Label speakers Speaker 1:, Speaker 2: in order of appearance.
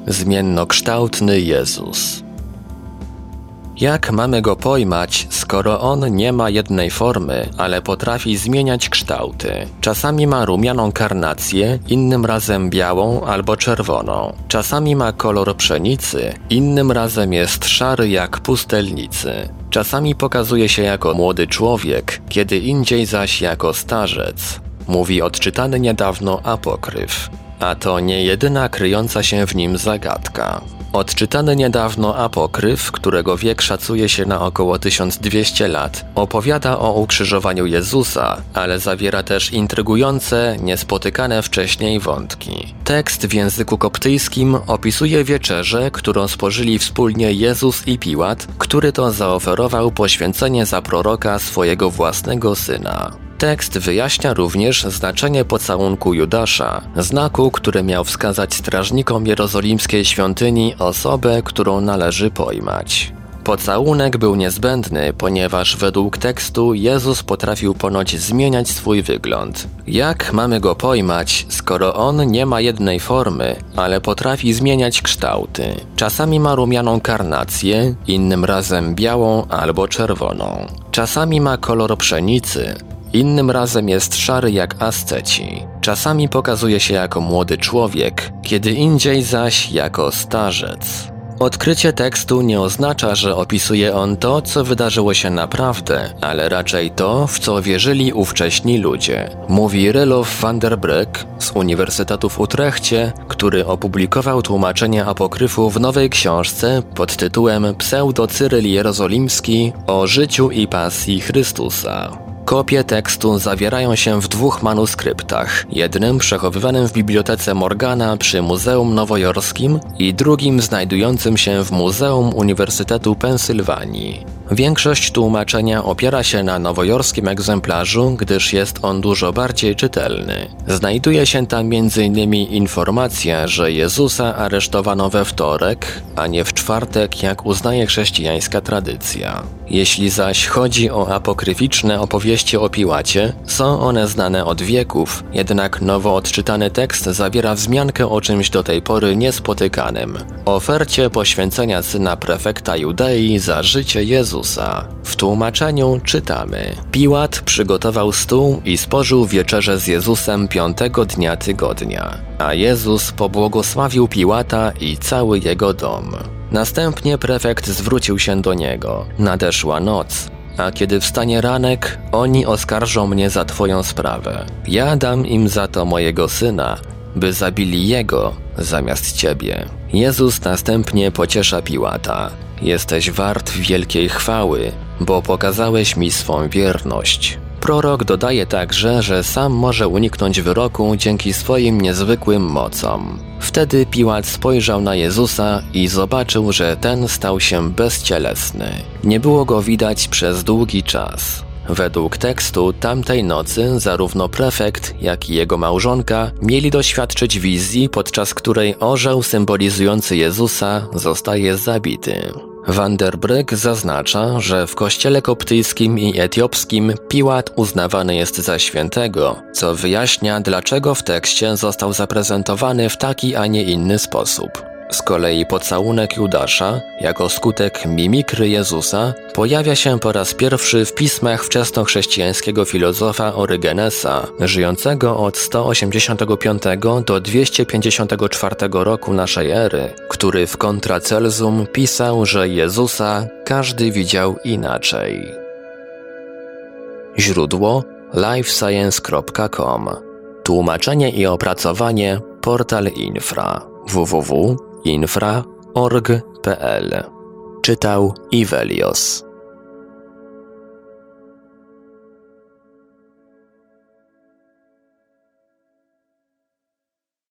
Speaker 1: Zmiennokształtny Jezus. Jak mamy Go pojmać, skoro On nie ma jednej formy, ale potrafi zmieniać kształty? Czasami ma rumianą karnację, innym razem białą albo czerwoną. Czasami ma kolor pszenicy, innym razem jest szary jak pustelnicy. Czasami pokazuje się jako młody człowiek, kiedy indziej zaś jako starzec. Mówi odczytany niedawno apokryf. A to nie jedyna kryjąca się w nim zagadka. Odczytany niedawno apokryf, którego wiek szacuje się na około 1200 lat, opowiada o ukrzyżowaniu Jezusa, ale zawiera też intrygujące, niespotykane wcześniej wątki. Tekst w języku koptyjskim opisuje wieczerzę, którą spożyli wspólnie Jezus i Piłat, który to zaoferował poświęcenie za proroka swojego własnego syna. Tekst wyjaśnia również znaczenie pocałunku Judasza, znaku, który miał wskazać strażnikom jerozolimskiej świątyni osobę, którą należy pojmać. Pocałunek był niezbędny, ponieważ według tekstu Jezus potrafił ponoć zmieniać swój wygląd. Jak mamy Go pojmać, skoro On nie ma jednej formy, ale potrafi zmieniać kształty? Czasami ma rumianą karnację, innym razem białą albo czerwoną. Czasami ma kolor pszenicy, innym razem jest szary jak asceci. Czasami pokazuje się jako młody człowiek, kiedy indziej zaś jako starzec. Odkrycie tekstu nie oznacza, że opisuje on to, co wydarzyło się naprawdę, ale raczej to, w co wierzyli ówcześni ludzie. Mówi Rylof van der Brug z Uniwersytetu w Utrechcie, który opublikował tłumaczenie apokryfu w nowej książce pod tytułem Pseudo-Cyryl Jerozolimski o życiu i pasji Chrystusa. Kopie tekstu zawierają się w 2 manuskryptach, jednym przechowywanym w Bibliotece Morgana przy Muzeum Nowojorskim i drugim znajdującym się w Muzeum Uniwersytetu Pensylwanii. Większość tłumaczenia opiera się na nowojorskim egzemplarzu, gdyż jest on dużo bardziej czytelny. Znajduje się tam m.in. informacja, że Jezusa aresztowano we wtorek, a nie w czwartek, jak uznaje chrześcijańska tradycja. Jeśli zaś chodzi o apokryficzne opowieści o Piłacie, są one znane od wieków, jednak nowo odczytany tekst zawiera wzmiankę o czymś do tej pory niespotykanym. Ofercie poświęcenia syna prefekta Judei za życie Jezusa. W tłumaczeniu czytamy: Piłat przygotował stół i spożył wieczerzę z Jezusem 5. dnia tygodnia, a Jezus pobłogosławił Piłata i cały jego dom. Następnie prefekt zwrócił się do niego: nadeszła noc, a kiedy wstanie ranek, oni oskarżą mnie za twoją sprawę. Ja dam im za to mojego syna, by zabili jego zamiast ciebie. Jezus następnie pociesza Piłata: jesteś wart wielkiej chwały, bo pokazałeś mi swą wierność. Prorok dodaje także, że sam może uniknąć wyroku dzięki swoim niezwykłym mocom. Wtedy Piłat spojrzał na Jezusa i zobaczył, że ten stał się bezcielesny. Nie było go widać przez długi czas. Według tekstu tamtej nocy zarówno prefekt, jak i jego małżonka mieli doświadczyć wizji, podczas której orzeł symbolizujący Jezusa zostaje zabity. Van der Brug zaznacza, że w kościele koptyjskim i etiopskim Piłat uznawany jest za świętego, co wyjaśnia, dlaczego w tekście został zaprezentowany w taki, a nie inny sposób. Z kolei pocałunek Judasza, jako skutek mimikry Jezusa, pojawia się po raz pierwszy w pismach wczesnochrześcijańskiego filozofa Orygenesa, żyjącego od 185 do 254 roku naszej ery, który w Contra Celsum pisał, że Jezusa każdy widział inaczej. Źródło lifescience.com. Tłumaczenie i opracowanie Portal Infra www.infra.org.pl. Czytał Ivelios.